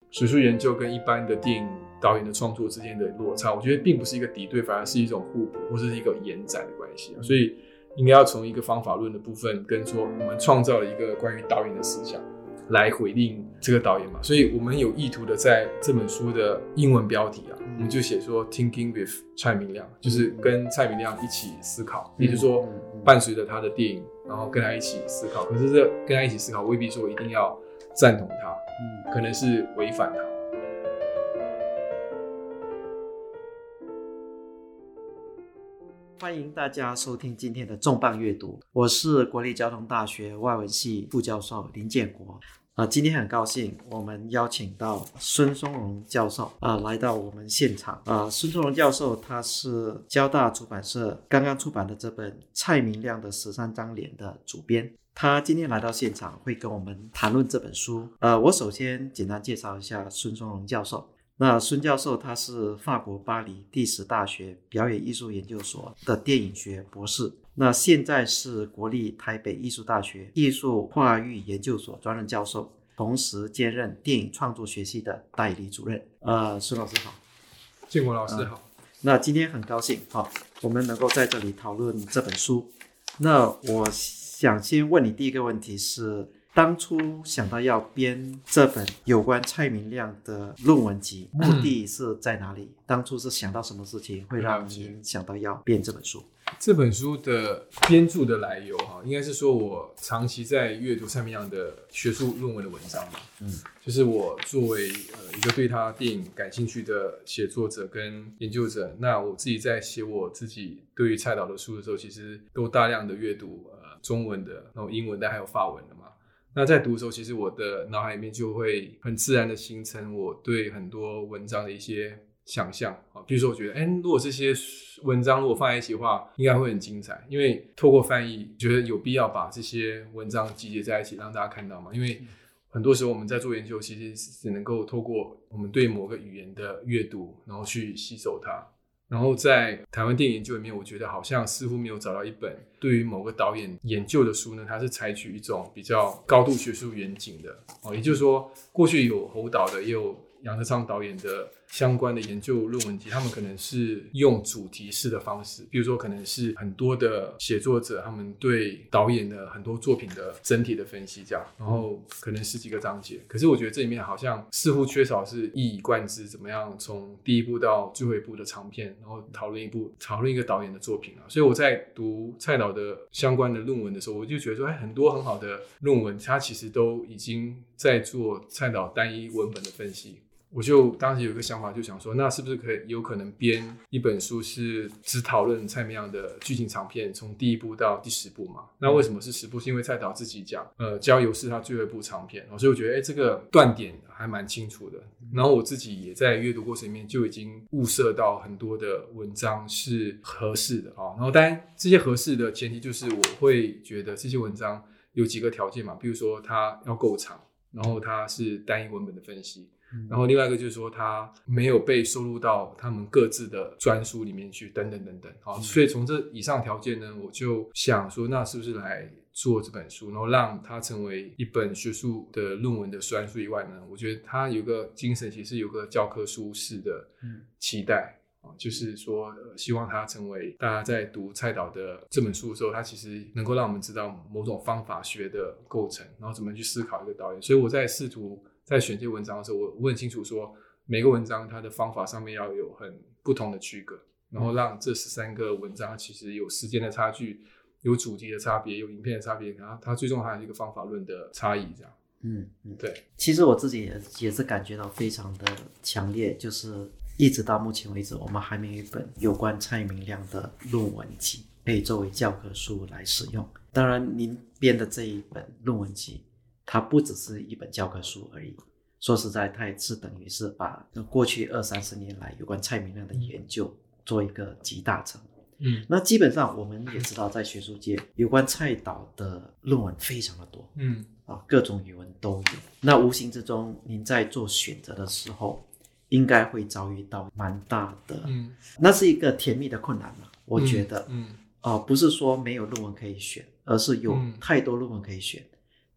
学术研究跟一般的电影导演的创作之间的落差，我觉得并不是一个敌对，反而是一种互补或者是一个延展的关系所以应该要从一个方法论的部分跟说我们创造了一个关于导演的思想来回应这个导演嘛，所以我们有意图的在这本书的英文标题我们就写说 Thinking with 蔡明亮，就是跟蔡明亮一起思考，也就是说伴随着他的电影，然后跟他一起思考。可是这跟他一起思考未必说一定要赞同他，可能是违反他。 欢迎大家收听今天的重磅阅读，我是国立交通大学外文系副教授林建国。今天很高兴我们邀请到孙松荣教授来到我们现场。孙松荣教授他是交大出版社刚刚出版的这本蔡明亮的13张脸的主编，他今天来到现场会跟我们谈论这本书。我首先简单介绍一下孙松荣教授。那孙教授他是法国巴黎第10大学表演艺术研究所的电影学博士，那现在是国立台北艺术大学艺术跨域研究所专任教授，同时兼任电影创作学系的代理主任。孙老师好。 建国老师好。 那今天很高兴我们能够在这里讨论这本书。那我想先问你第一个问题是，当初想到要编这本有关蔡明亮的论文集，目的是在哪里？当初是想到什么事情会让您想到要编这本书？ 这本书的编著的来由应该是说我长期在阅读蔡明亮的学术论文的文章就是我作为一个对他电影感兴趣的写作者跟研究者，那我自己在写我自己对于蔡导的书的时候，其实都大量的阅读中文的，然后英文的还有法文的嘛。那在读的时候，其实我的脑海里面就会很自然的形成我对很多文章的一些想象比如说我觉得如果这些文章如果放在一起的话应该会很精彩，因为透过翻译觉得有必要把这些文章集结在一起让大家看到嘛，因为很多时候我们在做研究其实只能够透过我们对某个语言的阅读然后去吸收它。然后在台湾电影研究里面，我觉得好像似乎没有找到一本对于某个导演研究的书呢，它是采取一种比较高度学术严谨的也就是说过去有侯导的也有杨德昌导演的相关的研究论文集，他们可能是用主题式的方式，比如说可能是很多的写作者他们对导演的很多作品的整体的分析这样，然后可能10几个章节。可是我觉得这里面好像似乎缺少是一以贯之怎么样从第一部到最后一部的长片，然后讨论一个导演的作品所以我在读蔡导的相关的论文的时候，我就觉得说很多很好的论文它其实都已经在做蔡导单一文本的分析。我就当时有一个想法，就想说那是不是有可能编一本书是只讨论蔡明亮的剧情长片从第一部到第10部嘛。那为什么是10部？是因为蔡导自己讲郊游是他最后一部长片所以我觉得这个断点还蛮清楚的。然后我自己也在阅读过程里面就已经物色到很多的文章是合适的然后当然这些合适的前提就是我会觉得这些文章有几个条件嘛，比如说它要够长，然后它是单一文本的分析，然后另外一个就是说它没有被收录到他们各自的专书里面去等等等等所以从这以上条件呢，我就想说那是不是来做这本书，然后让它成为一本学术的论文的专书以外呢，我觉得它有个精神其实有个教科书式的期待就是说希望它成为大家在读蔡导的这本书的时候，它其实能够让我们知道某种方法学的构成，然后怎么去思考一个导演。所以我在试图在选这些文章的时候，我很清楚说每个文章它的方法上面要有很不同的区隔，然后让这13个文章其实有时间的差距，有主题的差别，有影片的差别，然后它最终还有一个方法论的差异这样。对。 其实我自己也是感觉到非常的强烈，就是一直到目前为止我们还没有一本有关蔡明亮的论文集可以作为教科书来使用。当然您编的这一本论文集它不只是一本教科书而已，说实在它也是等于是把过去20-30年来有关蔡明亮的研究做一个集大成。那基本上我们也知道在学术界有关蔡导的论文非常的多各种语文都有。那无形之中您在做选择的时候应该会遭遇到蛮大的那是一个甜蜜的困难嘛，我觉得不是说没有论文可以选，而是有太多论文可以选，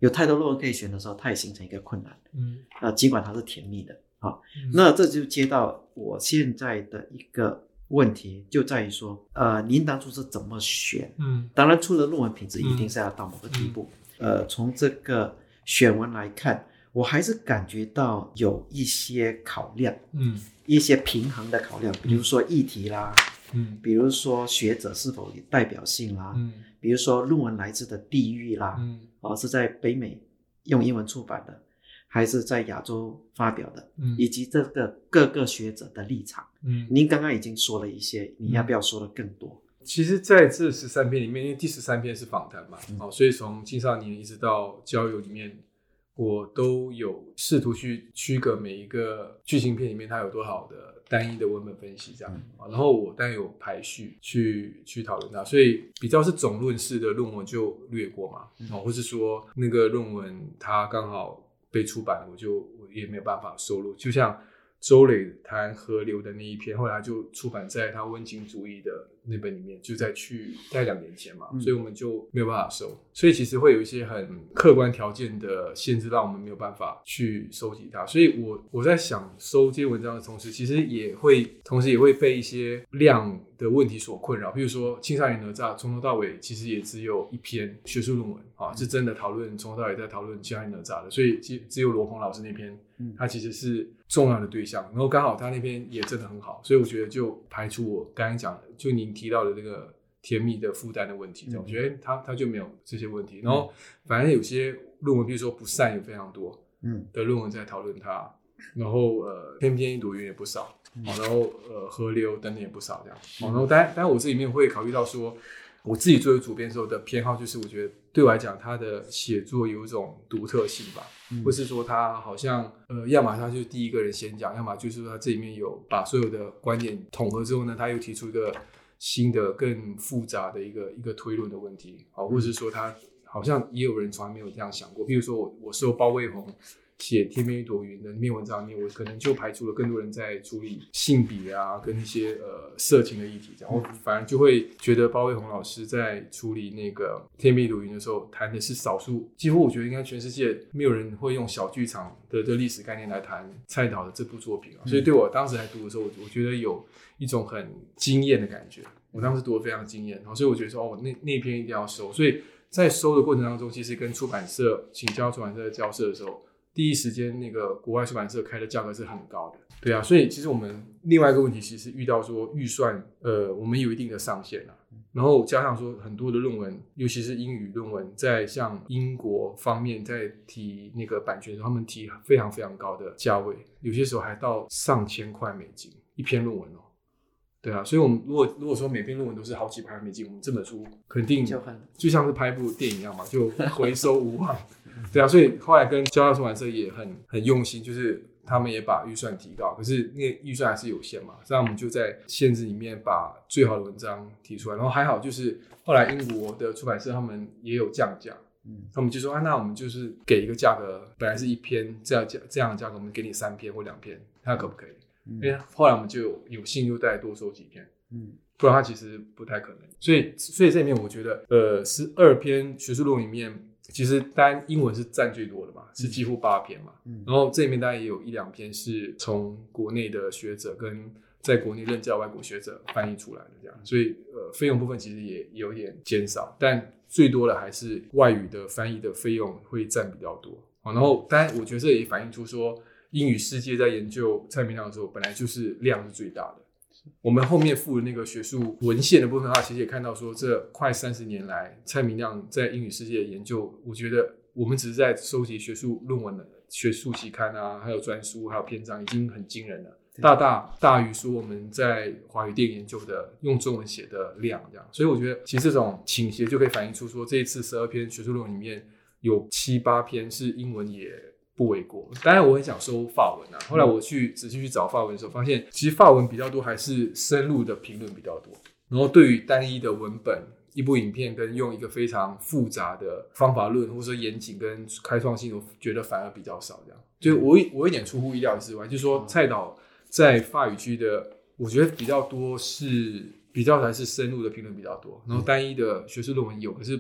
有太多论文可以选的时候，它也形成一个困难。尽管它是甜蜜的。那这就接到我现在的一个问题，就在于说，您当初是怎么选？当然，出的论文品质一定是要到某个地步。从这个选文来看，我还是感觉到有一些考量，一些平衡的考量，比如说议题啦，比如说学者是否有代表性啦，比如说论文来自的地域啦，是在北美用英文出版的，还是在亚洲发表的，以及这个各个学者的立场。您刚刚已经说了一些，你要不要说的更多？ 其实在这13篇里面，因为第13篇是访谈嘛，所以从青少年一直到交友里面，我都有试图去区隔每一个剧情片里面它有多少的单一的文本分析这样，然后我当然有排序去讨论它，所以比较是总论式的论文就略过嘛，或是说那个论文它刚好被出版，我也没有办法收录，就像周磊谈河流的那一篇，后来就出版在他温情主义的那本里面，就在大概2年前嘛，所以我们就没有办法收，所以其实会有一些很客观条件的限制，让我们没有办法去收集它。所以我在想收这些文章的同时，其实也会被一些量的问题所困扰，比如说青少年哪吒从头到尾其实也只有一篇学术论文是真的讨论从头到尾在讨论青少年哪吒的，所以只有罗鹏老师那篇他其实是重要的对象，然后刚好他那篇也真的很好，所以我觉得就排除我刚才讲的就您提到的这个甜蜜的负担的问题，我觉得他就没有这些问题。然后反正有些论文比如说不善有非常多的论文在讨论它，然后偏偏一朵云也不少，然后河流等等也不少这样，然后当然我这里面会考虑到说我自己作为主编时候的偏好，就是我觉得对我来讲他的写作有一种独特性吧，或是说他好像要么他就是第一个人先讲，要么就是说他这里面有把所有的观点统合之后呢，他又提出一个新的更复杂的一个推论的问题，或是说他好像也有人从来没有这样想过，比如说我受包卫红写天边一朵云的那篇文章里面，我可能就排除了更多人在处理性别啊跟一些色情的议题，然后反而就会觉得包卫红老师在处理那个天边一朵云的时候谈的是少数，几乎我觉得应该全世界没有人会用小剧场的历史概念来谈蔡导的这部作品，所以对我当时来读的时候，我觉得有一种很惊艳的感觉，我当时读得非常惊艳，所以我觉得说那篇一定要收，所以在收的过程当中，其实跟出版社请教出版社交涉的时候，第一时间那个国外出版社开的价格是很高的，对啊，所以其实我们另外一个问题其实遇到说预算我们有一定的上限啊，然后加上说很多的论文，尤其是英语论文，在像英国方面在提那个版权的时候，他们提非常非常高的价位，有些时候还到上千块美金一篇论文哦。对啊，所以我们如果说每篇论文都是好几百美金，我们这本书肯定就像是拍部电影一样嘛，就回收无望。对啊，所以后来跟交大出版社也很用心，就是他们也把预算提高，可是那个预算还是有限嘛，这样我们就在限制里面把最好的文章提出来，然后还好就是后来英国的出版社他们也有降价，他们就说那我们就是给一个价格，本来是一篇这样的价格，我们给你3篇或2篇，看可不可以？因为后来我们就有幸又再多收几篇，不然它其实不太可能。所以这里面我觉得12篇学术论文里面，其实当然英文是占最多的嘛，是几乎8篇嘛，然后这里面当然也有1-2篇是从国内的学者跟在国内任教外国学者翻译出来的这样，所以费用部分其实也有点减少，但最多的还是外语的翻译的费用会占比较多。然后当然我觉得这也反映出说英语世界在研究蔡明亮的时候，本来就是量是最大的。我们后面附的那个学术文献的部分的话，其实也看到说，这快30年来，蔡明亮在英语世界的研究，我觉得我们只是在收集学术论文的学术期刊啊，还有专书，还有篇章，已经很惊人了，大于说我们在华语电影研究的用中文写的量这样。所以我觉得，其实这种倾斜就可以反映出说，这一次12篇学术论文里面有7-8篇是英文也不为过。当然我很想收法文啊，后来我仔细去找法文的时候，发现其实法文比较多还是深入的评论比较多，然后对于单一的文本一部影片跟用一个非常复杂的方法论或者说严谨跟开创性，我觉得反而比较少这样。就我有点出乎意料之外，就是说蔡导在法语区的我觉得比较才是深入的评论比较多，然后单一的学术论文有，可是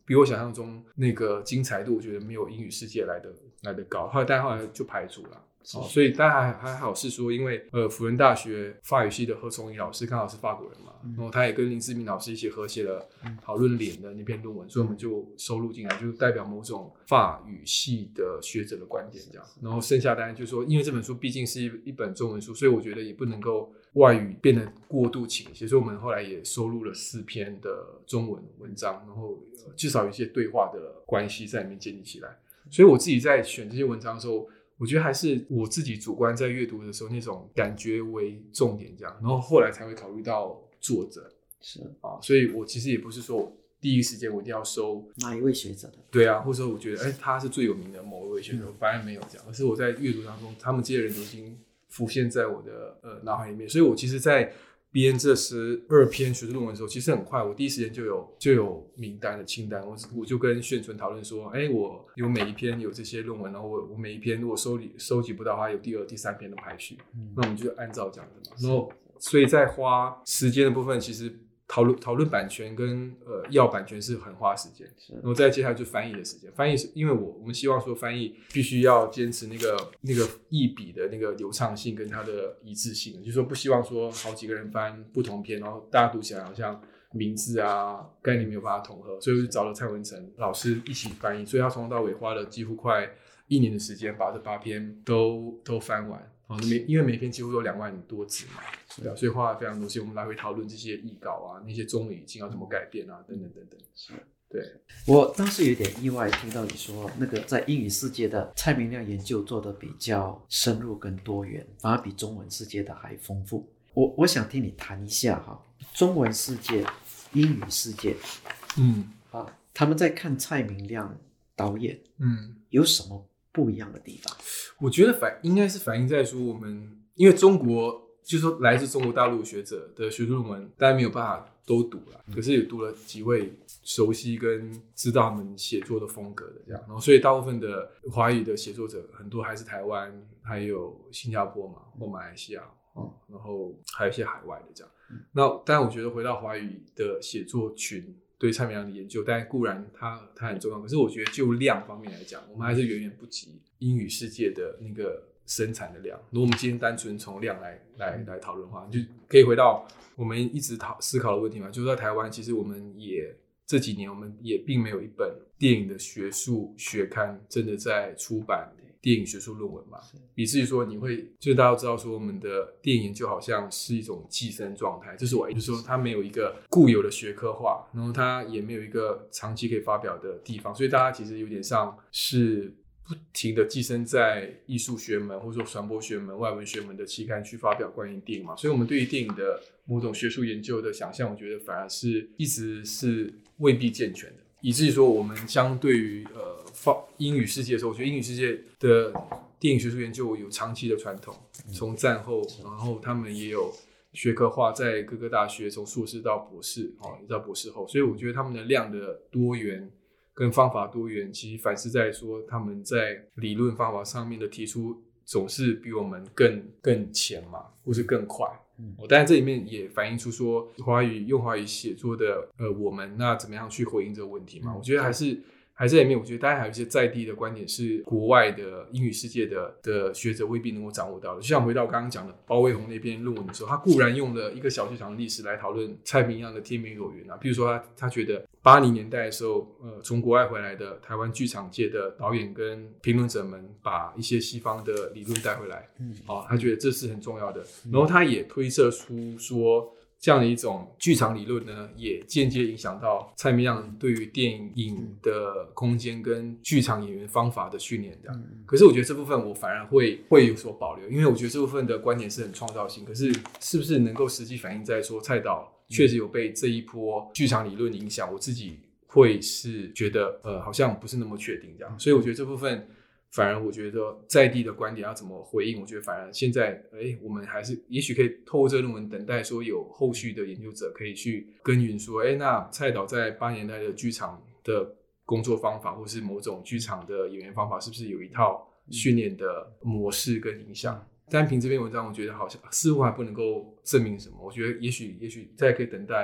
比我想象中那个精彩度，我觉得没有英语世界来的高。但后来就排除了。所以当然还好是说，因为辅仁大学法语系的何崇义老师刚好是法国人嘛，然后他也跟林志明老师一起合写了讨论脸的那篇论文，所以我们就收录进来，就代表某种法语系的学者的观点这样。然后剩下当然就是说，因为这本书毕竟是一本中文书，所以我觉得也不能够外语变得过度倾斜，所以我们后来也收录了4篇的中文文章，然后至少有一些对话的关系在里面建立起来。所以我自己在选这些文章的时候，我觉得还是我自己主观在阅读的时候那种感觉为重点这样，然后后来才会考虑到作者。 是所以我其实也不是说我第一时间我一定要收哪一位学者的， 对啊，或者说我觉得他是最有名的某一位学者，反而没有这样，而是我在阅读当中他们这些人都已经浮现在我的脑海里面。所以我其实在编这12篇学术论文的时候，其实很快，我第一时间就有名单的清单，我就跟炫纯讨论说，我有每一篇有这些论文，然后我每一篇如果收集不到的话，有第2、第3篇的排序，那我们就按照这样子嘛。然后，所以在花时间的部分，其实讨论版权跟要版权是很花时间，然后再接下来就翻译的时间。翻译是因为我们希望说翻译必须要坚持那个译笔的那个流畅性跟它的一致性，就是说不希望说好几个人翻不同篇，然后大家读起来好像名字啊概念没有办法统合，所以我就找了蔡文成老师一起翻译，所以他从头到尾花了几乎快1年的时间把这8篇都翻完。因为每篇几乎都2万多字嘛，对啊，所以花了非常多时间，我们来回讨论这些译稿啊，那些中文语境要怎么改变啊，等等等等。对， 我当时有点意外听到你说那个在英语世界的蔡明亮研究做的比较深入跟多元，反而比中文世界的还丰富。我想听你谈一下哈，中文世界、英语世界，他们在看蔡明亮导演，有什么不一样的地方？ 我觉得应该是反映在说我们，因为中国就是说来自中国大陆的学者的学术论文，当然没有办法都读了，可是也读了几位熟悉跟知道他们写作的风格的这样，然后所以大部分的华语的写作者很多还是台湾，还有新加坡嘛，或马来西亚，然后还有一些海外的这样。那当然我觉得回到华语的写作群对蔡明亮的研究，但固然它很重要，可是我觉得就量方面来讲，我们还是远远不及英语世界的那个生产的量。如果我们今天单纯从量来讨论的话，就可以回到我们一直思考的问题嘛，就是在台湾，其实我们也这几年我们也并没有一本电影的学术学刊真的在出版电影学术论文嘛，以至于说就是大家都知道说我们的电影研究好像是一种寄生状态，这是我就是说它没有一个固有的学科化，然后它也没有一个长期可以发表的地方，所以大家其实有点像是不停的寄生在艺术学门或者说传播学门、外文学门的期刊去发表关于电影嘛，所以我们对于电影的某种学术研究的想象，我觉得反而是一直是未必健全的，以至于说我们相对于英语世界的时候，我觉得英语世界的电影学术研究有长期的传统，从战后，然后他们也有学科化，在各个大学从硕士到博士，也到博士后，所以我觉得他们的量的多元跟方法多元，其实反是在说他们在理论方法上面的提出总是比我们更前嘛，或是更快。当然这里面也反映出说用华语写作的我们那怎么样去回应这个问题嘛，我觉得还是里面，我觉得大家还有一些在地的观点是国外的英语世界的学者未必能够掌握到的。就像回到刚刚讲的包卫红那篇论文的时候，他固然用了一个小剧场的历史来讨论蔡明亮的天命有缘啊，比如说他觉得80年代的时候，从国外回来的台湾剧场界的导演跟评论者们把一些西方的理论带回来，他觉得这是很重要的。然后他也推测出说，这样的一种剧场理论呢，也间接影响到蔡明亮对于电影的空间跟剧场演员方法的训练的。可是我觉得这部分我反而会有所保留，因为我觉得这部分的观点是很创造性，可是是不是能够实际反映在说蔡导确实有被这一波剧场理论影响，我自己会是觉得好像不是那么确定这样。所以我觉得这部分反而我觉得在地的观点要怎么回应，我觉得反而现在我们还是也许可以透过这个论文等待说有后续的研究者可以去耕耘说那蔡导在80年代的剧场的工作方法或是某种剧场的演员方法是不是有一套训练的模式跟影响。但凭这篇文章我觉得好像似乎还不能够证明什么，我觉得也许再可以等待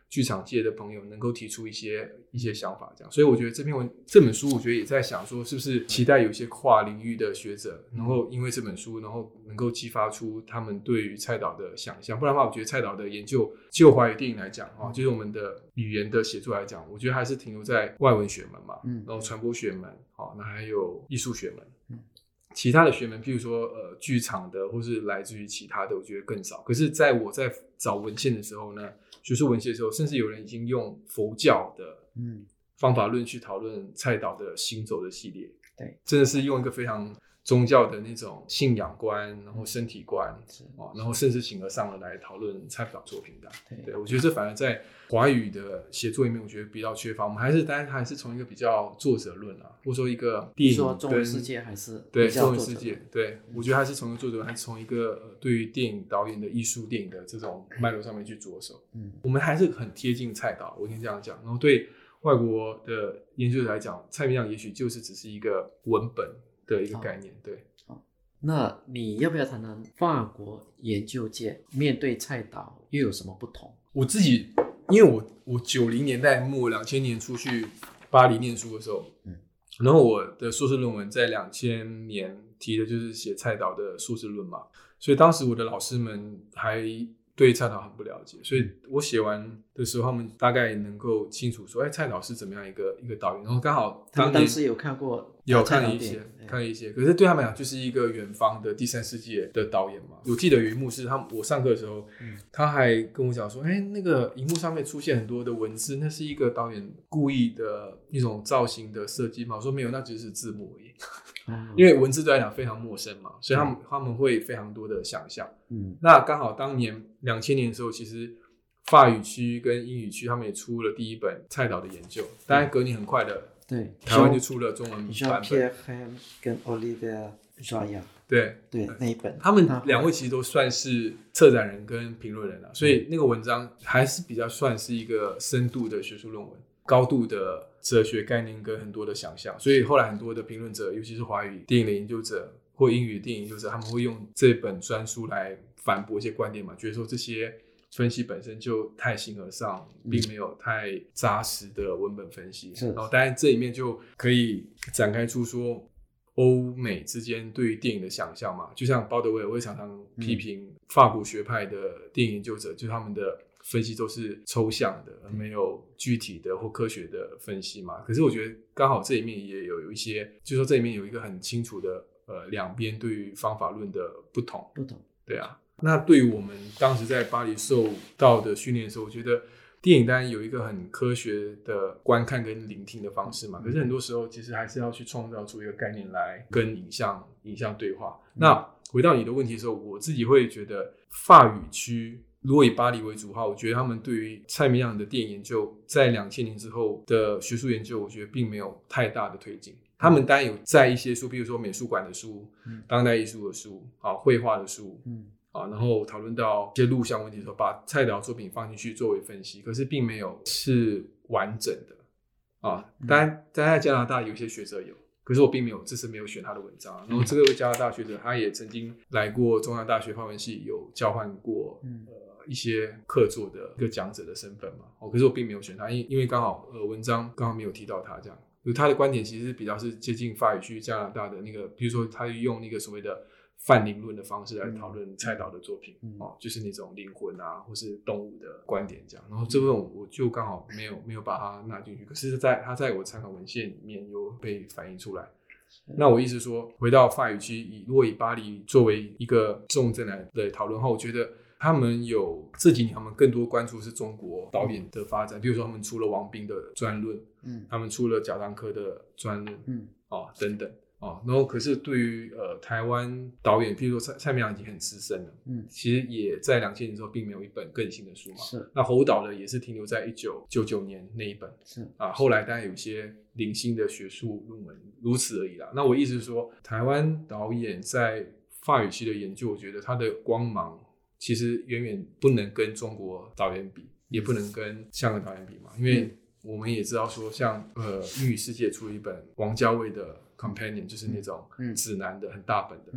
剧场界的朋友能够提出一些想法，这样。所以我觉得这本书，我觉得也在想说，是不是期待有一些跨领域的学者，然后因为这本书，然后能够激发出他们对于蔡导的想象。不然的话，我觉得蔡导的研究，就华语电影来讲就是我们的语言的写作来讲，我觉得还是停留在外文学门嘛，然后传播学门，那还有艺术学门。其他的学门，譬如说剧场的，或是来自于其他的，我觉得更少。可是在我在找文献的时候呢，学术文献的时候，甚至有人已经用佛教的方法论去讨论蔡导的行走的系列， 对， 真的是用一个非常宗教的那种信仰观，然后身体观，然后甚至形而上的来讨论蔡导作品的。对，我觉得这反而在华语的写作里面，我觉得比较缺乏。我们当然还是从一个比较作者论或者说一个电影说中文世界还是对中文世界，对，我觉得还是从一个作者论，还是从一个对于电影导演的艺术电影的这种脉络上面去着手。我们还是很贴近蔡导，我应该这样讲。然后对外国的研究者来讲，蔡明亮也许就是只是一个文本的一个概念。对。 那你要不要谈谈法国研究界面对蔡导又有什么不同？ 我自己，因为我90年代末2000年初去巴黎念书的时候，然后我的硕士论文在2000年提的就是写蔡导的硕士论嘛，所以当时我的老师们还对蔡导很不了解，所以我写完的时候，他们大概能够清楚说，蔡导是怎么样一个导演。然后刚好当时有看过， 有看了一些，可是对他们来讲就是一个远方的第三世界的导演嘛。我记得有一幕是我上课的时候，他还跟我讲说，那个荧幕上面出现很多的文字，那是一个导演故意的一种造型的设计嘛。我说没有，那只是字幕而已。因为文字对来讲非常陌生嘛，所以他们会非常多的想象。那刚好当年2000年的时候，其实法语区跟英语区他们也出了第一本蔡导的研究，当然隔年很快的， 对， 台湾就出了中文版本。 跟 Olivier Joya， 对那一本， 他们两位其实都算是策展人跟评论人所以那个文章还是比较算是一个深度的学术论文，高度的哲学概念跟很多的想象，所以后来很多的评论者，尤其是华语电影的研究者或英语电影研究者，他们会用这本专书来反驳一些观点嘛，觉得说这些分析本身就太形而上，并没有太扎实的文本分析。然后当然这里面就可以展开出说欧美之间对于电影的想象嘛，就像鲍德威尔会常常批评法国学派的电影研究者，就是他们的分析都是抽象的，而没有具体的或科学的分析嘛。可是我觉得刚好这里面也有一些，就是说这里面有一个很清楚的两边对于方法论的不同。对啊。那对于我们当时在巴黎受到的训练的时候，我觉得电影当然有一个很科学的观看跟聆听的方式嘛，可是很多时候其实还是要去创造出一个概念来跟影像对话。那回到你的问题的时候，我自己会觉得法语区如果以巴黎为主的话，我觉得他们对于蔡明亮的电影研究在2000年之后的学术研究，我觉得并没有太大的推进。他们当然有在一些书，比如说美术馆的书、当代艺术的书、绘画的书，然后讨论到一些录像问题的时候，把蔡导作品放进去作为分析，可是并没有是完整的当然在加拿大有些学者有，可是我并没有，这次没有选他的文章。然后这个加拿大学者他也曾经来过中央大学法文系，有交换过一些客座的一个讲者的身份嘛。可是我并没有选他，因为刚好文章刚好没有提到他这样。他的观点其实比较是接近法语区加拿大的那个，比如说他用那个所谓的泛灵论的方式来讨论蔡导的作品，就是那种灵魂或是动物的观点这样。然后这部分我就刚好没有把它纳进去，可是他在我参考文献里面有被反映出来。那我意思说，回到法语区，如果以巴黎作为一个重镇来讨论的话，我觉得他们有这几年他们更多关注是中国导演的发展，比如说他们出了王斌的专论，他们出了贾樟柯的专论，等等。然后可是对于台湾导演，譬如说蔡明亮已经很资深了，其实也在2000年之后并没有一本更新的书嘛。是。那侯导的也是停留在1999年那一本，是后来当然有一些零星的学术论文，如此而已啦。那我意思是说，台湾导演在法语系的研究，我觉得他的光芒其实远远不能跟中国导演比，也不能跟香港导演比嘛，因为我们也知道说像英语世界出了一本王家卫的 Companion， 就是那种指南的很大本的，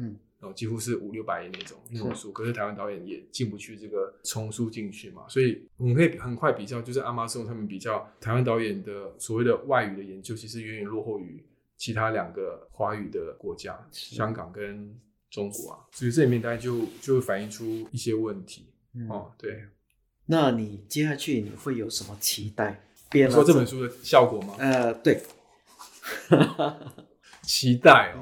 几乎是500-600页那种书，可是台湾导演也进不去这个丛书进去嘛，所以我们可以很快比较，就是 Amazon 他们比较台湾导演的所谓的外语的研究，其实远远落后于其他2个华语的国家，香港跟中国啊，所以这里面大概就会反映出一些问题。对。 那你接下去你会有什么期待？ 你说这本书的效果吗？ 对。 期待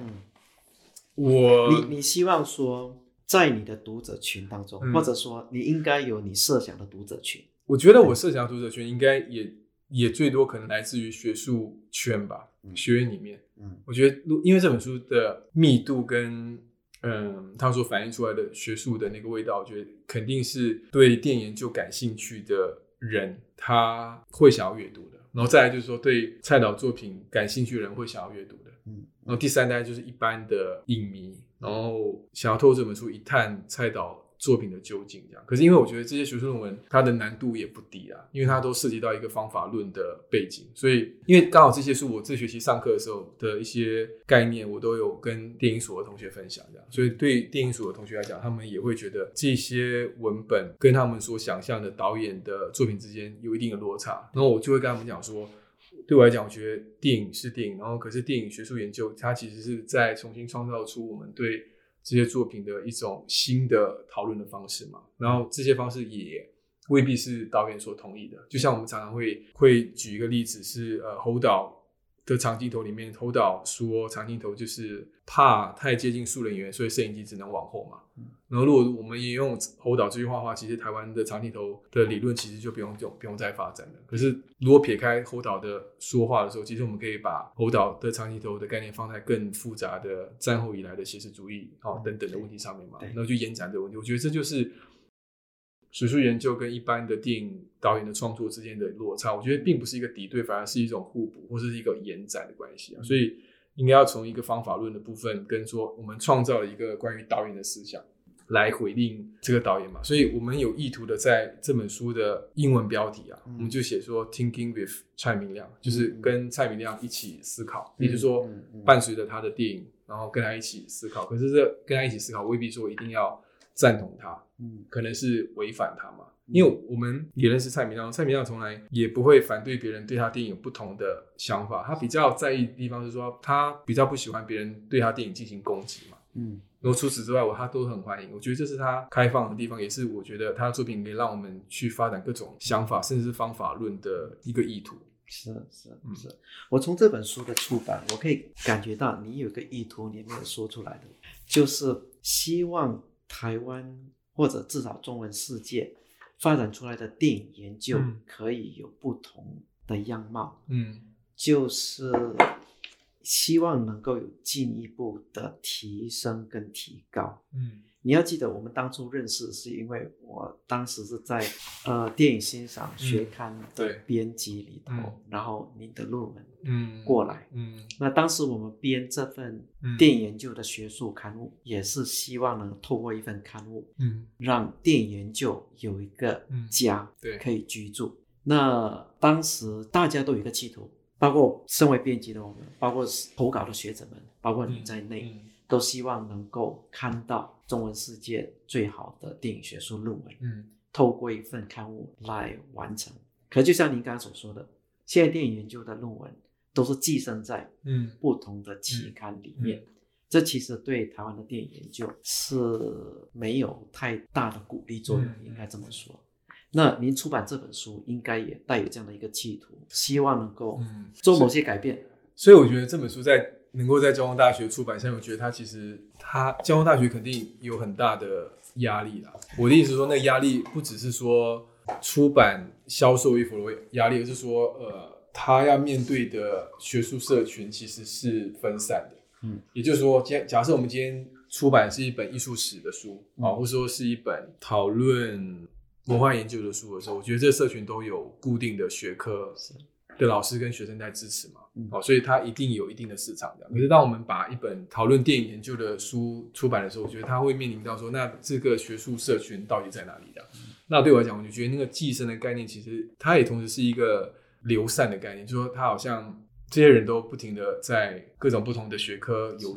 你希望说在你的读者群当中，或者说你应该有你设想的读者群。 我觉得我设想的读者群应该也最多可能来自于学术圈吧，学院里面。我觉得因为这本书的密度跟他所反映出来的学术的那个味道，我觉得肯定是对电影研究感兴趣的人他会想要阅读的，然后再来就是说对蔡导作品感兴趣的人会想要阅读的，然后第三代就是一般的影迷，然后想要透过这本书一探蔡导作品的究竟这样。可是因为我觉得这些学术论文它的难度也不低啊，因为它都涉及到一个方法论的背景，所以因为刚好这些书我这学期上课的时候的一些概念我都有跟电影所的同学分享这样，所以对电影所的同学来讲，他们也会觉得这些文本跟他们所想象的导演的作品之间有一定的落差，然后我就会跟他们讲说，对我来讲我觉得电影是电影，然后可是电影学术研究它其实是在重新创造出我们对这些作品的一种新的讨论的方式嘛，然后这些方式也未必是导演所同意的，就像我们常常会举一个例子是侯导的长镜头里面，侯导说长镜头就是怕太接近素人演员，所以摄影机只能往后嘛。然后如果我们也用侯导这句话的话，其实台湾的长镜头的理论其实就不用再发展了。可是如果撇开侯导的说话的时候，其实我们可以把侯导的长镜头的概念放在更复杂的战后以来的写实主义等等的问题上面嘛，然后去延展这个问题。我觉得这就是学术研究跟一般的电影导演的创作之间的落差，我觉得并不是一个敌对，反而是一种互补或是一个延展的关系啊。所以应该要从一个方法论的部分跟说我们创造了一个关于导演的思想来回应这个导演嘛，所以我们有意图的在这本书的英文标题啊，我们就写说 Thinking with 蔡明亮，就是跟蔡明亮一起思考，也就是说伴随着他的电影，然后跟他一起思考。可是这跟他一起思考未必说一定要赞同他，可能是违反他嘛。因为我们也认识蔡明亮，蔡明亮从来也不会反对别人对他电影有不同的想法，他比较在意的地方是说他比较不喜欢别人对他电影进行攻击嘛。然后除此之外他都很欢迎，我觉得这是他开放的地方，也是我觉得他的作品可以让我们去发展各种想法甚至是方法论的一个意图。 是，我从这本书的出版我可以感觉到你有一个意图你没有说出来的，就是希望台湾或者至少中文世界发展出来的电影研究可以有不同的样貌，就是希望能够有进一步的提升跟提高。你要记得我们当初认识是因为我当时是在电影欣赏学刊的编辑里头，然后你的论文过来，那当时我们编这份电影研究的学术刊物，也是希望能透过一份刊物，让电影研究有一个家可以居住。那当时大家都有一个企图，包括身为编辑的我们，包括投稿的学者们，包括你在内，都希望能够看到中文世界最好的电影学术论文，透过一份刊物来完成。可就像您刚刚所说的，现在电影研究的论文都是寄生在不同的期刊里面，这其实对台湾的电影研究是没有太大的鼓励作用，应该这么说。那您出版这本书应该也带有这样的一个企图，希望能够做某些改变。 所以我觉得这本书能够在交通大学出版，现在我觉得它交通大学肯定有很大的压力啦。我的意思是说，那个压力不只是说出版销售与否的压力，而是说他要面对的学术社群其实是分散的。也就是说，假设我们今天出版是一本艺术史的书或者说是一本讨论文化研究的书的时候，我觉得这个社群都有固定的学科的老师跟学生在支持嘛，所以它一定有一定的市场。可是当我们把一本讨论电影研究的书出版的时候，我觉得它会面临到说，那这个学术社群到底在哪里的？那对我来讲，我就觉得那个寄生的概念，其实它也同时是一个流散的概念，就是说它好像这些人都不停的在各种不同的学科游走嘛。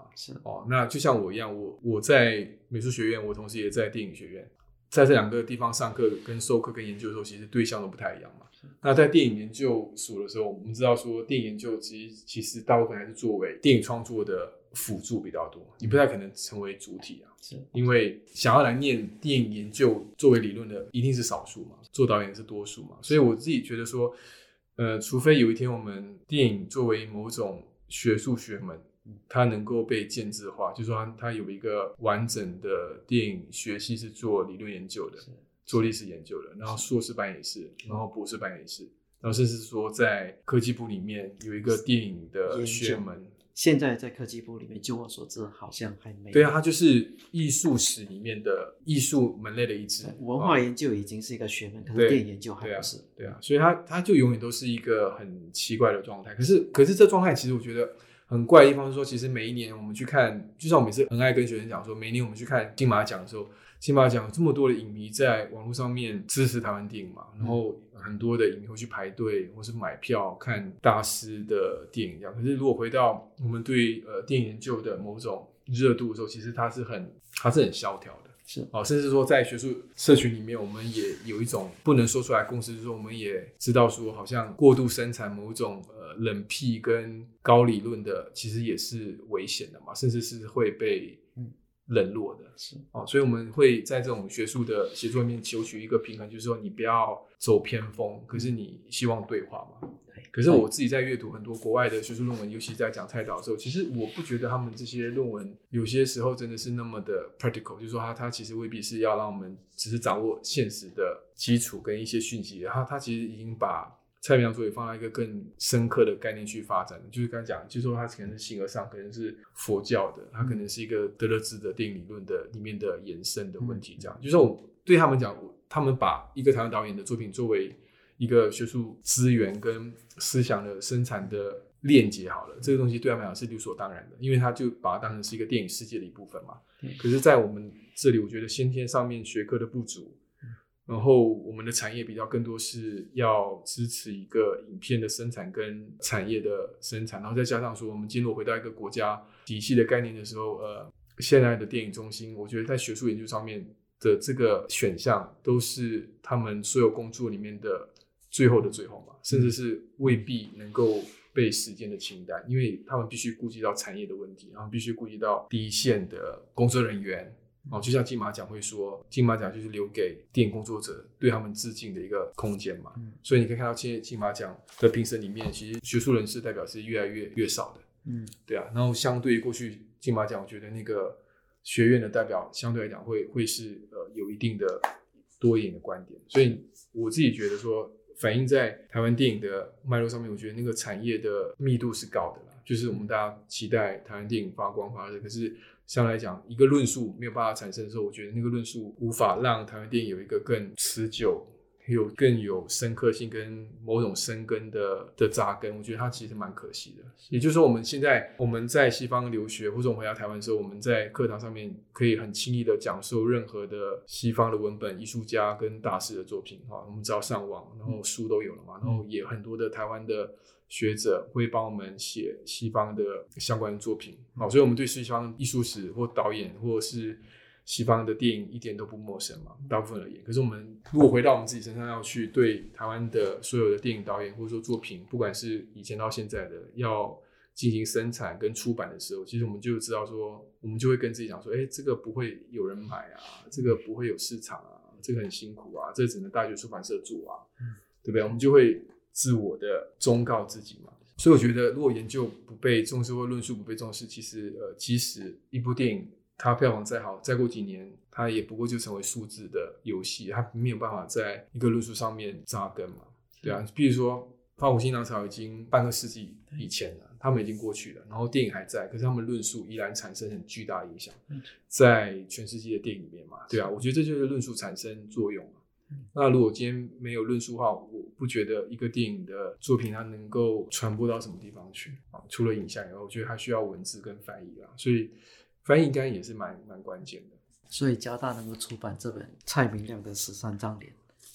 是那就像我一样，我在美术学院，我同时也在电影学院，在这两个地方上课跟授课跟研究的时候，其实对象都不太一样嘛。那在电影研究所的时候，我们知道说电影研究其实大部分还是作为电影创作的辅助比较多，你不太可能成为主体啊。 是因为想要来念电影研究作为理论的一定是少数嘛，做导演是多数嘛，所以我自己觉得说除非有一天我们电影作为某种学术学门，它能够被建制化，就是说它有一个完整的电影学系是做理论研究的，做历史研究的，然后硕士班也是，然后博士班也是，然后甚至说在科技部里面有一个电影的学门。 现在在科技部里面，就我所知，好像还没有。 对啊，它就是艺术史里面的艺术门类的一支。 文化研究已经是一个学门，可是电影研究还不是。 对啊，所以它就永远都是一个很奇怪的状态。可是这状态其实我觉得很怪的地方是说，其实每一年我们去看，就像我每次很爱跟学生讲说，每一年我们去看金马奖的时候，金马奖有这么多的影迷在网络上面支持台湾电影嘛，然后很多的影迷会去排队或是买票看大师的电影这样。可是如果回到我们对电影研究的某种热度的时候，其实它是很萧条的。 是甚至说在学术社群里面，我们也有一种不能说出来的共识，就是说我们也知道说，好像过度生产某种冷僻跟高理论的，其实也是危险的嘛，甚至是会被冷落的。 是所以我们会在这种学术的写作里面求取一个平衡，就是说你不要走偏锋，可是你希望对话嘛。可是我自己在阅读很多国外的学术论文，尤其在讲蔡导的时候，其实我不觉得他们这些论文有些时候真的是那么的 practical， 就是说它其实未必是要让我们只是掌握现实的基础跟一些讯息，它其实已经把蔡明亮作业放在一个更深刻的概念去发展，就是刚才讲，就是说它可能是形而上，可能是佛教的，它可能是一个德勒兹的电影理论的里面的延伸的问题，这样，就是我对他们讲，他们把一个台湾导演的作品作为一个学术资源跟思想的生产的链接好了，这个东西对他们来讲是理所当然的，因为他就把它当成是一个电影世界的一部分嘛。可是在我们这里，我觉得先天上面学科的不足，然后我们的产业比较更多是要支持一个影片的生产跟产业的生产，然后再加上说我们今天回到一个国家体系的概念的时候，现在的电影中心，我觉得在学术研究上面的这个选项都是他们所有工作里面的最后的最后嘛，甚至是未必能够被实践的清单，因为他们必须顾及到产业的问题，然后必须顾及到第一线的工作人员。就像金马奖会说，金马奖就是留给电影工作者对他们致敬的一个空间嘛。所以你可以看到现在金马奖的评审里面，其实学术人士代表是越来越少的。对啊。然后相对于过去金马奖，我觉得那个学院的代表相对来讲会是有一定的多一点的观点。所以我自己觉得说，反映在台湾电影的脉络上面，我觉得那个产业的密度是高的啦，就是我们大家期待台湾电影发光发热，可是相对来讲，一个论述没有办法产生的时候，我觉得那个论述无法让台湾电影有一个更持久、更有深刻性跟某种深根的扎根，我觉得它其实蛮可惜的。也就是说，我们在西方留学，或者我们回到台湾的时候，我们在课堂上面可以很轻易的讲授任何的西方的文本、艺术家跟大师的作品，我们只要上网，然后书都有了嘛，然后也很多的台湾的学者会帮我们写西方的相关的作品，所以我们对西方艺术史或导演或者是西方的电影一点都不陌生嘛，大部分而言。可是我们如果回到我们自己身上，要去对台湾的所有的电影导演或者说作品，不管是以前到现在的，要进行生产跟出版的时候，其实我们就知道说，我们就会跟自己讲说，这个不会有人买啊，这个不会有市场啊，这个很辛苦啊，这只能大学出版社做啊，对不对？我们就会自我的忠告自己嘛。所以我觉得如果研究不被重视或论述不被重视，其实即使一部电影它票房再好，再过几年它也不过就成为数字的游戏，它没有办法在一个论述上面扎根嘛。对啊，比如说花火新浪潮已经半个世纪以前了，他们已经过去了，然后电影还在，可是他们论述依然产生很巨大的影响，在全世界的电影里面嘛。对啊，我觉得这就是论述产生作用嘛。那如果今天没有论述的话，我不觉得一个电影的作品它能够传播到什么地方去除了影像以外，我觉得它需要文字跟翻译啦，所以翻译应该也是蛮关键的。 所以交大能够出版这本蔡明亮的13张脸，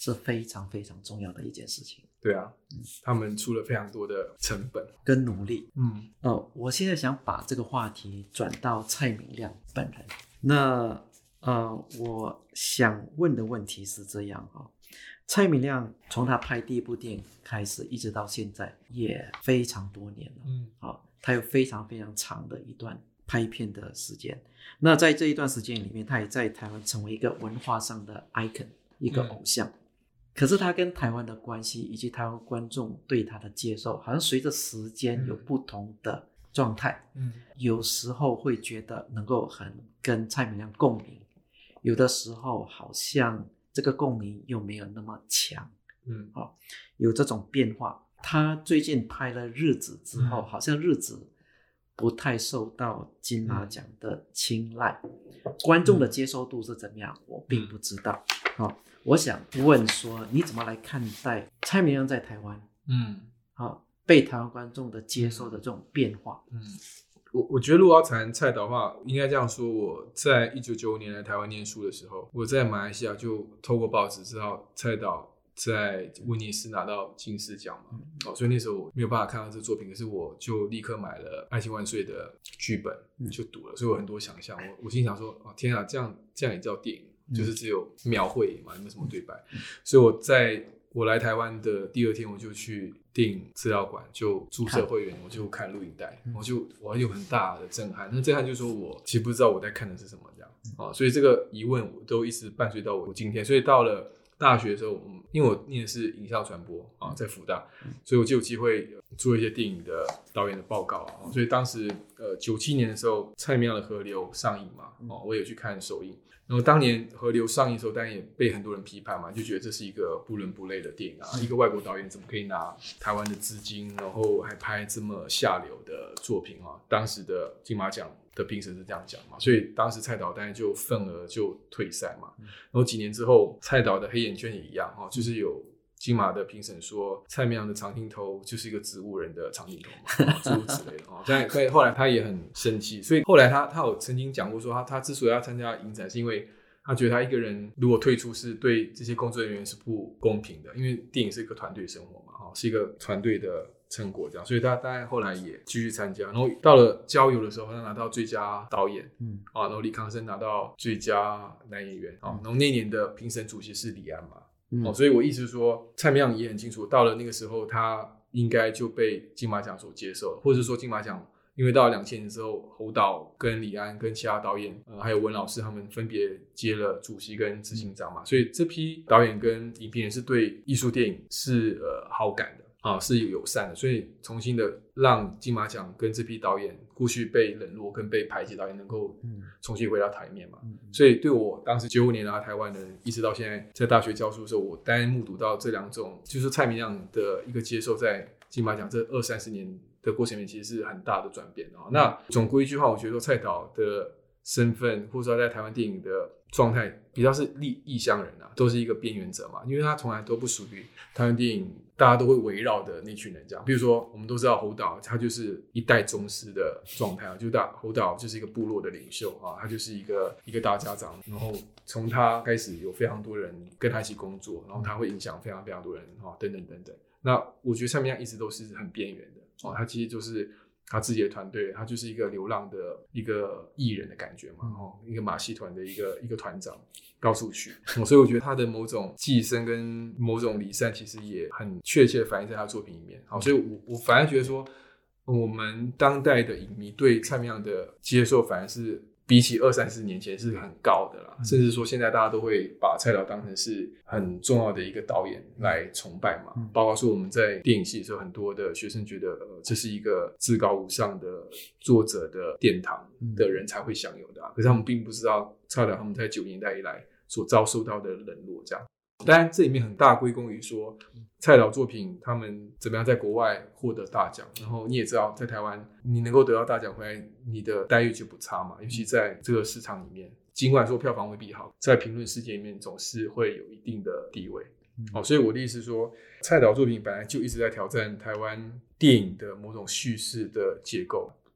是非常非常重要的一件事情。 对啊，他们出了非常多的成本跟努力。我现在想把这个话题转到蔡明亮本人。那我想问的问题是这样蔡明亮从他拍第一部电影开始一直到现在也非常多年了。他有非常非常长的一段拍片的时间。那在这一段时间里面，他也在台湾成为一个文化上的 icon， 一个偶像。可是他跟台湾的关系以及台湾观众对他的接受，好像随着时间有不同的状态。有时候会觉得能够很跟蔡明亮共鸣，有的时候好像这个共鸣又没有那么强。有这种变化。他最近拍了《日子》之后，好像《日子》不太受到金马奖的青睐，观众的接受度是怎么样，我并不知道。我想问说，你怎么来看待蔡明亮在台湾被台湾观众的接受的这种变化？ 我觉得如果要谈蔡导的话，应该这样说，我在1995年来台湾念书的时候，我在马来西亚就透过报纸知道蔡导在威尼斯拿到金狮奖嘛，所以那时候我没有办法看到这作品，可是我就立刻买了《爱情万岁》的剧本就读了，所以我有很多想象。我心想说，天啊，这样也叫电影？就是只有描绘嘛，没有什么对白。所以我来台湾的第二天，我就去电影资料馆，就注册会员，我就看录影带，我有很大的震撼。那震撼就是说我其实不知道我在看的是什么这样所以这个疑问我都一直伴随到我今天。所以到了大学的时候，因为我念的是影像传播在辅大，所以我就有机会做一些电影的导演的报告所以当时97年的时候，蔡明亮的《河流》上映嘛，我也去看首映。然后当年《河流》上映的时候，当然也被很多人批判嘛，就觉得这是一个不伦不类的电影一个外国导演怎么可以拿台湾的资金，然后还拍这么下流的作品当时的金马奖的评审是这样讲嘛，所以当时蔡导当然就愤而就退赛嘛。然后几年之后，蔡导的《黑眼圈》也一样就是有金马的评审说蔡明亮的长镜头就是一个植物人的长镜头嘛，诸如此类的所以后来他也很生气，所以后来他有曾经讲过说他之所以要参加影展，是因为他觉得他一个人如果退出是对这些工作人员是不公平的，因为电影是一个团队生活嘛是一个团队的成果这样，所以他当然后来也继续参加。然后到了郊游的时候，他拿到最佳导演然后李康生拿到最佳男演员然后那年的评审主席是李安嘛所以我意思是说，蔡明亮也很清楚，到了那个时候，他应该就被金马奖所接受，或者说金马奖，因为到了2000年之后，侯导跟李安跟其他导演，还有文老师他们分别接了主席跟执行长嘛，所以这批导演跟影评人是对艺术电影是好感的是友善的，所以重新的让金马奖跟这批导演过去被冷落跟被排挤导演能够重新回到台面嘛。所以对我当时95年来台湾的人，一直到现在在大学教书的时候，我当然目睹到这两种，就是蔡明亮的一个接受在金马奖这20-30年的过程里面，其实是很大的转变那总归一句话，我觉得说蔡导的身份，或者说在台湾电影的状态比较是异乡人都是一个边缘者嘛，因为他从来都不属于台湾电影大家都会围绕的那群人这样。比如说我们都知道侯导他就是一代宗师的状态就侯导就是一个部落的领袖他就是一个大家长，然后从他开始有非常多人跟他一起工作，然后他会影响非常非常多人等等等等。那我觉得蔡明亮一直都是很边缘的他其实就是他自己的团队，他就是一个流浪的一个艺人的感觉嘛一个马戏团的一个团长到处去所以我觉得他的某种寄生跟某种离散其实也很确切的反映在他的作品里面所以我反而觉得说我们当代的影迷对蔡明亮的接受反而是比起20-30年前是很高的啦甚至说现在大家都会把蔡导当成是很重要的一个导演来崇拜嘛包括说我们在电影系的时候，很多的学生觉得这是一个至高无上的作者的殿堂的人才会享有的可是他们并不知道蔡导他们在90年代以来所遭受到的冷落这样。当然这里面很大归功于说蔡导作品他们怎么样在国外获得大奖，然后你也知道在台湾你能够得到大奖回来，你的待遇就不差嘛，尤其在这个市场里面，尽管说票房未必好，在评论世界里面总是会有一定的地位所以我的意思是说，蔡导作品本来就一直在挑战台湾电影的某种叙事的结构。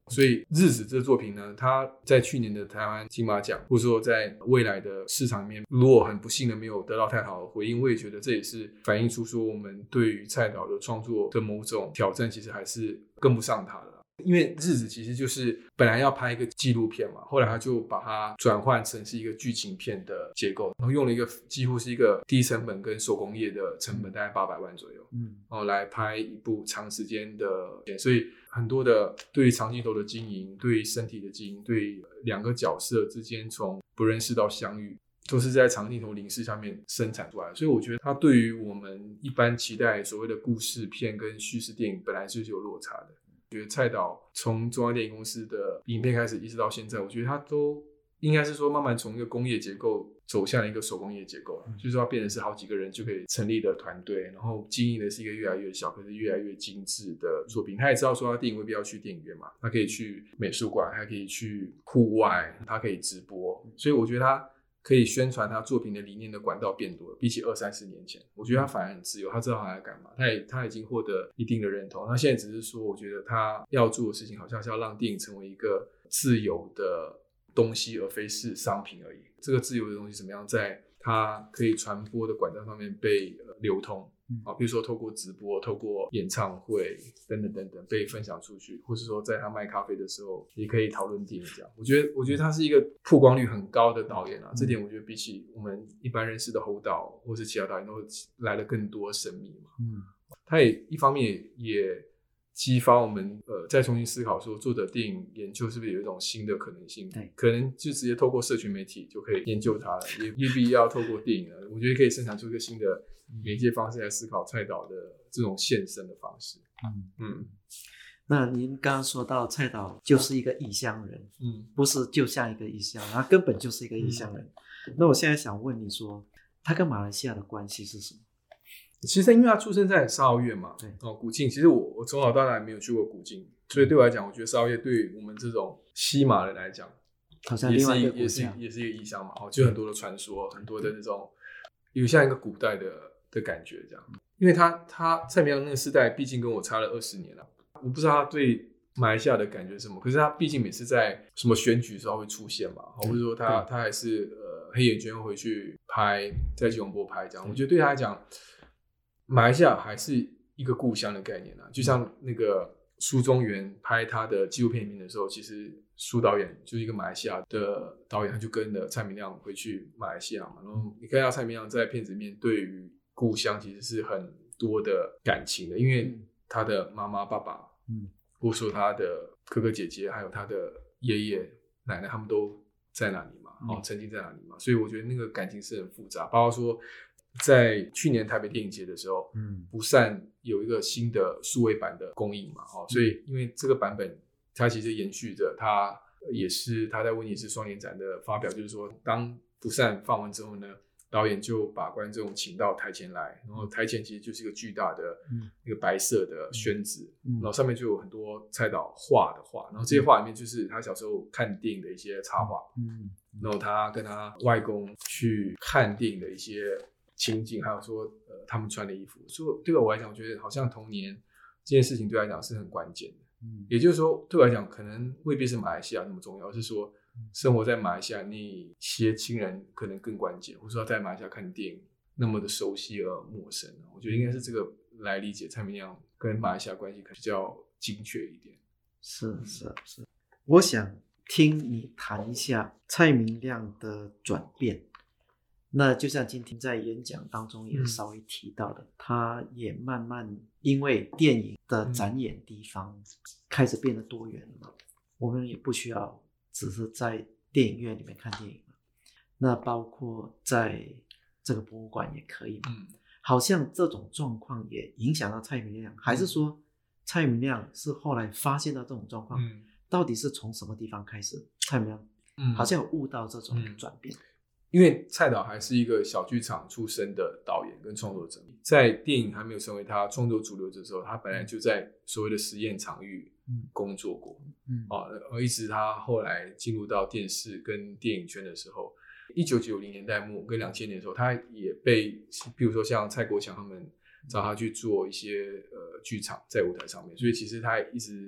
所以日子这个作品呢，它在去年的台湾金马奖，或者说在未来的市场里面，如果很不幸的没有得到太好的回应，我也觉得这也是反映出说我们对于蔡导的创作的某种挑战，其实还是跟不上他的。因为日子其实就是本来要拍一个纪录片嘛，后来他就把它转换成是一个剧情片的结构，然后用了一个几乎是一个低成本跟手工业的成本，大概800万左右，然后来拍一部长时间的，所以很多的对于长镜头的经营，对于身体的经营，对于两个角色之间从不认识到相遇，都是在长镜头凝视下面生产出来的。所以我觉得它对于我们一般期待所谓的故事片跟叙事电影本来就是有落差的。我觉得蔡导从中央电影公司的影片开始一直到现在，我觉得他都应该是说慢慢从一个工业结构走向一个手工业结构，就是说变成是好几个人就可以成立的团队，然后经营的是一个越来越小可是越来越精致的作品。他也知道说他电影未必要去电影院嘛，他可以去美术馆，他可以去户外，他可以直播，所以我觉得他可以宣传他作品的理念的管道变多了，比起20-30年前，我觉得他反而很自由，他知道他在干嘛，他已经获得一定的认同。他现在只是说，我觉得他要做的事情好像是要让电影成为一个自由的东西，而非是商品而已。这个自由的东西怎么样在他可以传播的管道上面被流通？比如说透过直播，透过演唱会等等等等被分享出去，或是说在他卖咖啡的时候也可以讨论电影这样。我觉得他是一个曝光率很高的导演啊，这点我觉得比起我们一般认识的侯导或是其他导演都来了更多神秘嘛。他也一方面也激发我们再重新思考说做的电影研究是不是有一种新的可能性，可能就直接透过社群媒体就可以研究它了，也必要透过电影了。我觉得可以生产出一个新的媒介方式来思考蔡导的这种现身的方式。 那您刚刚说到蔡导就是一个异乡人，不是就像一个异乡人，他根本就是一个异乡人。那我现在想问你说，他跟马来西亚的关系是什么？ 其实因为他出生在沙劳越嘛，古晋，其实我从小到大没有去过古晋，所以对我来讲，我觉得沙劳越对于我们这种西马人来讲， 好像另外一个国家也是一个异乡嘛，就很多的传说，很多的那种有像一个古代的感觉这样。因为他蔡明亮那个世代毕竟跟我差了20年了，我不知道他对马来西亚的感觉是什么，可是他毕竟每次在什么选举的时候会出现嘛，或者说他还是黑眼圈回去拍，在吉隆坡拍这样，我觉得对他来讲，马来西亚还是一个故乡的概念啊。就像那个苏中原拍他的纪录片影片的时候，其实苏导演就是一个马来西亚的导演，他就跟着蔡明亮回去马来西亚嘛，然后你看到蔡明亮在片子里面对于故乡其实是很多的感情的，因为他的妈妈爸爸，或者说他的哥哥姐姐还有他的爷爷奶奶他们都在那里嘛，曾经在那里嘛，所以我觉得那个感情是很复杂。包括说在去年台北电影节的时候，不善有一个新的数位版的公映嘛，所以因为这个版本它其实延续着它也是他在威尼斯双年展的发表，就是说当不善放完之后呢，导演就把观众请到台前来，然后台前其实就是一个巨大的一个白色的宣纸，然后上面就有很多蔡导画的画，然后这些画里面就是他小时候看电影的一些插画，然后他跟他外公去看电影的一些情景，还有说他们穿的衣服，所以对我来讲，我觉得好像童年这件事情对我来讲是很关键的。也就是说，对我来讲，可能未必是马来西亚那么重要，而是说生活在马来西亚那些亲人可能更关键，或者说在马来西亚看电影那么的熟悉而陌生。我觉得应该是这个来理解蔡明亮跟马来西亚关系可能比较精确一点。 是，我想听你谈一下蔡明亮的转变。那就像今天在演讲当中也稍微提到的，他也慢慢因为电影的展演地方开始变得多元了嘛，我们也不需要只是在电影院里面看电影了，那包括在这个博物馆也可以嘛。好像这种状况也影响到蔡明亮，还是说蔡明亮是后来发现到这种状况，到底是从什么地方开始蔡明亮好像有悟到这种转变。 因为蔡导还是一个小剧场出身的导演跟创作者，在电影还没有成为他创作主流的时候，他本来就在所谓的实验场域工作过，一直他后来进入到电视跟电影圈的时候，1990年代末跟2000年的时候，他也被比如说像蔡国强他们找他去做一些剧场在舞台上面，所以其实他一直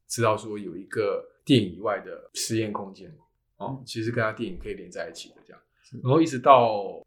知道说有一个电影以外的实验空间其实跟他电影可以连在一起的这样。然后一直到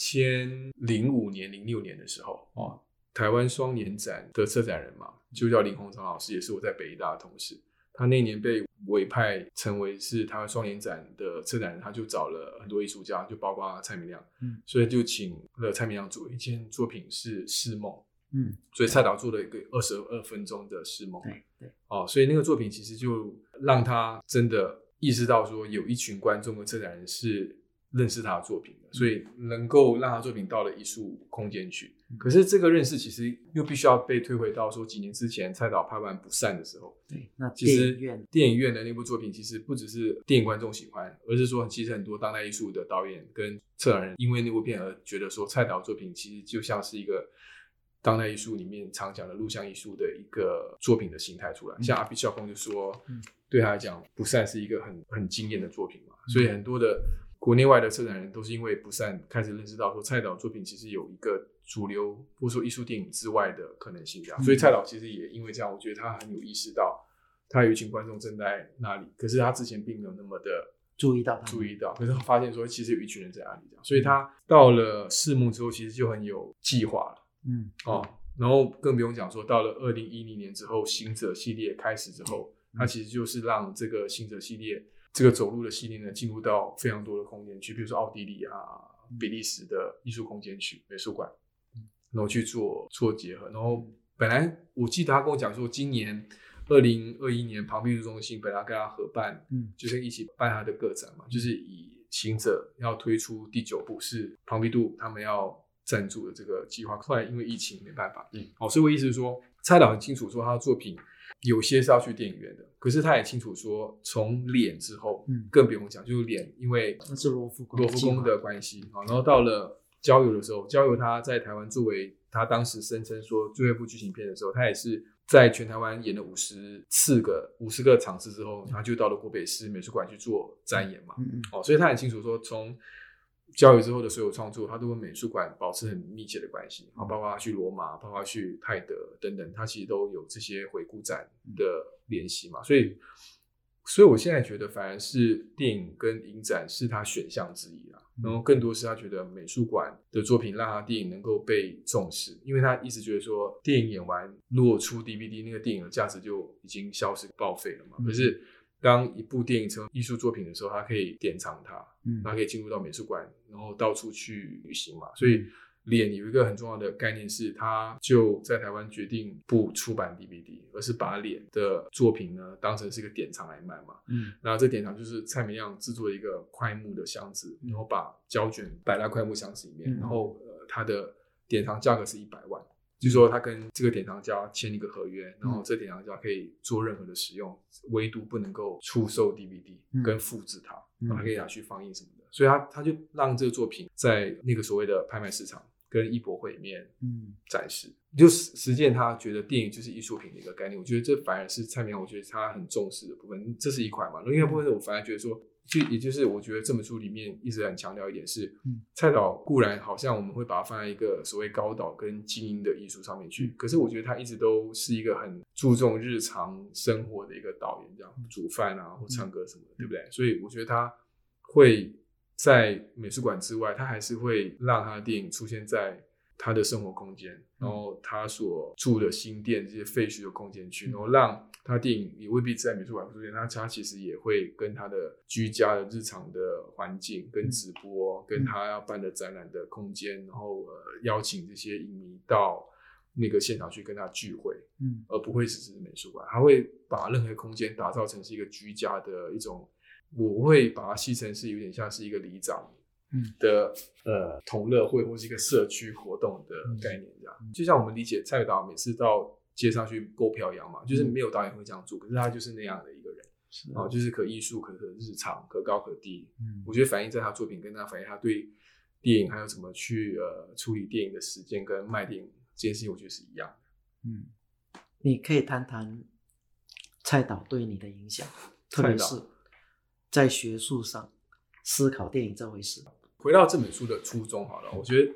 2005年、06年的时候台湾双年展的策展人嘛，就叫林鸿昌老师，也是我在北医大的同事。他那年被委派成为是台湾双年展的策展人，他就找了很多艺术家，就包括蔡明亮，所以就请了蔡明亮做一件作品是《释梦》，所以蔡导做了一个22分钟的《释梦》， 对所以那个作品其实就让他真的意识到说，有一群观众跟策展人是认识他的作品的，所以能够让他作品到了艺术空间去。可是这个认识其实又必须要被推回到说几年之前蔡导拍完《不散》的时候， 对，那其实电影院的那部作品其实不只是电影观众喜欢，而是说其实很多当代艺术的导演跟策展人因为那部片而觉得说蔡导作品其实就像是一个当代艺术里面常讲的录像艺术的一个作品的形态出来。像阿比小空就说对他来讲《不散》是一个很惊艳的作品嘛，所以很多的国内外的策展人都是因为《不散》开始认识到说蔡导作品其实有一个主流或者说艺术电影之外的可能性这样，所以蔡导其实也因为这样，我觉得他很有意识到他有一群观众正在那里，可是他之前并没有那么的注意到，可是他发现说其实有一群人在那里这样，所以他到了《释梦》之后其实就很有计划了然后更不用讲说到了2010年之后行者系列开始之后，他其实就是让这个行者系列这个走路的系列呢进入到非常多的空间去，比如说奥地利比利时的艺术空间去美术馆，然后去做结合。然后本来我记得他跟我讲说今年2021年庞毕度中心本来跟他合办就是一起办他的个展嘛，就是以行者要推出第9部是庞毕度他们要赞助的这个计划，后来因为疫情没办法所以我意思是说蔡导很清楚说他的作品有些是要去电影院的，可是他也清楚说从脸之后更不用讲，就是脸因为那是罗浮宫的关系然后到了郊游的时候，郊游他在台湾作为他当时声称说最后一部剧情片的时候，他也是在全台湾演了50个场次之后，他就到了国北市美术馆去做展演嘛所以他很清楚说从郊游之后的所有创作他都跟美术馆保持很密切的关系包括他去罗马，包括去泰德等等，他其实都有这些回顾展的联系嘛，所以我现在觉得反而是电影跟影展是他选项之一啦，然后更多是他觉得美术馆的作品让他电影能够被重视，因为他一直觉得说电影演完如果出 DVD 那个电影的价值就已经消失报废了嘛可是当一部电影成为艺术作品的时候，它可以典藏它它可以进入到美术馆，然后到处去旅行嘛，所以脸有一个很重要的概念是他就在台湾决定不出版 DVD， 而是把脸的作品呢当成是一个典藏来卖嘛然后这典藏就是蔡明亮制作一个快木的箱子然后把胶卷摆在快木箱子里面然后它的典藏价格是100万，就是说他跟这个典藏家签一个合约然后这典藏家可以做任何的使用，唯独不能够出售 DVD 跟复制它然后还可以拿去放映什么的，所以他就让这个作品在那个所谓的拍卖市场跟艺博会里面展示就实践他觉得电影就是艺术品的一个概念。我觉得这反而是蔡明亮我觉得他很重视的部分，这是一块嘛。另外一部分我反而觉得说也就是我觉得这本书里面一直很强调一点是蔡导固然好像我们会把它放在一个所谓高导跟精英的艺术上面去，可是我觉得他一直都是一个很注重日常生活的一个导演，这样煮饭或唱歌什么的对不对？所以我觉得他会在美术馆之外，他还是会让他的电影出现在他的生活空间然后他所住的新店这些废墟的空间去然后让他电影也未必在美术馆出现，他其实也会跟他的居家的日常的环境跟直播跟他要办的展览的空间然后邀请这些影迷到那个现场去跟他聚会而不会只是美术馆，他会把任何空间打造成是一个居家的一种，我会把它戏成是有点像是一个里长的同乐会或是一个社区活动的概念这样就像我们理解蔡导每次到街上去购票一样嘛，就是没有导演会这样做，可是他就是那样的一个人就是可艺术可日常可高可低我觉得反映在他作品跟他反映他对电影还有怎么去处理电影的实践跟卖电影这件事情我觉得是一样的你可以谈谈蔡导对你的影响，特别是在学术上思考电影这回事。 回到这本书的初衷好了，我觉得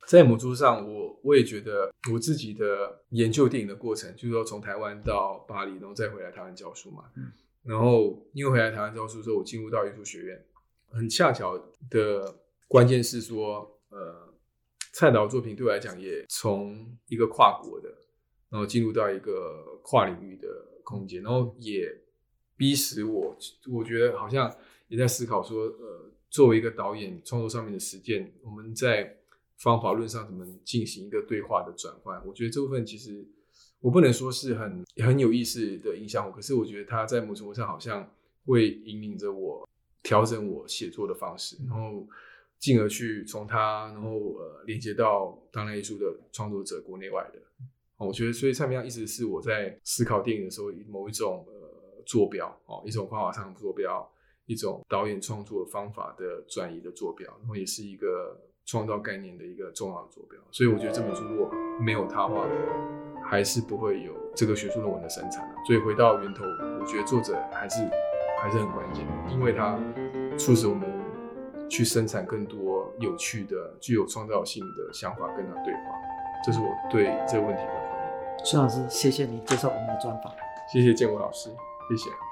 在某程度上，我也觉得我自己的研究电影的过程，就是说从台湾到巴黎，然后再回来台湾教书嘛。然后因为回来台湾教书之后，我进入到艺术学院，很恰巧的关键是说，蔡导的作品对我来讲也从一个跨国的，然后进入到一个跨领域的空间，然后也逼使我觉得好像也在思考说，作为一个导演创作上面的实践，我们在方法论上怎么进行一个对话的转换？我觉得这部分其实我不能说是很有意识的影响我，可是我觉得它在某种程度上好像会引领着我调整我写作的方式，然后进而去从它，然后连接到当代艺术的创作者国内外的。我觉得所以蔡明亮一直是我在思考电影的时候某一种坐标，一种方法上的坐标，一种导演创作方法的转移的坐标，然后也是一个创造概念的一个重要的坐标。所以我觉得这本书如果没有它的话，还是不会有这个学术论文的生产。所以回到源头，我觉得作者还是很关键的，因为它促使我们去生产更多有趣的、具有创造性的想法跟它对话。这是我对这个问题的回应。 孙老师，谢谢你接受我们的专访。 谢谢建国老师，谢谢。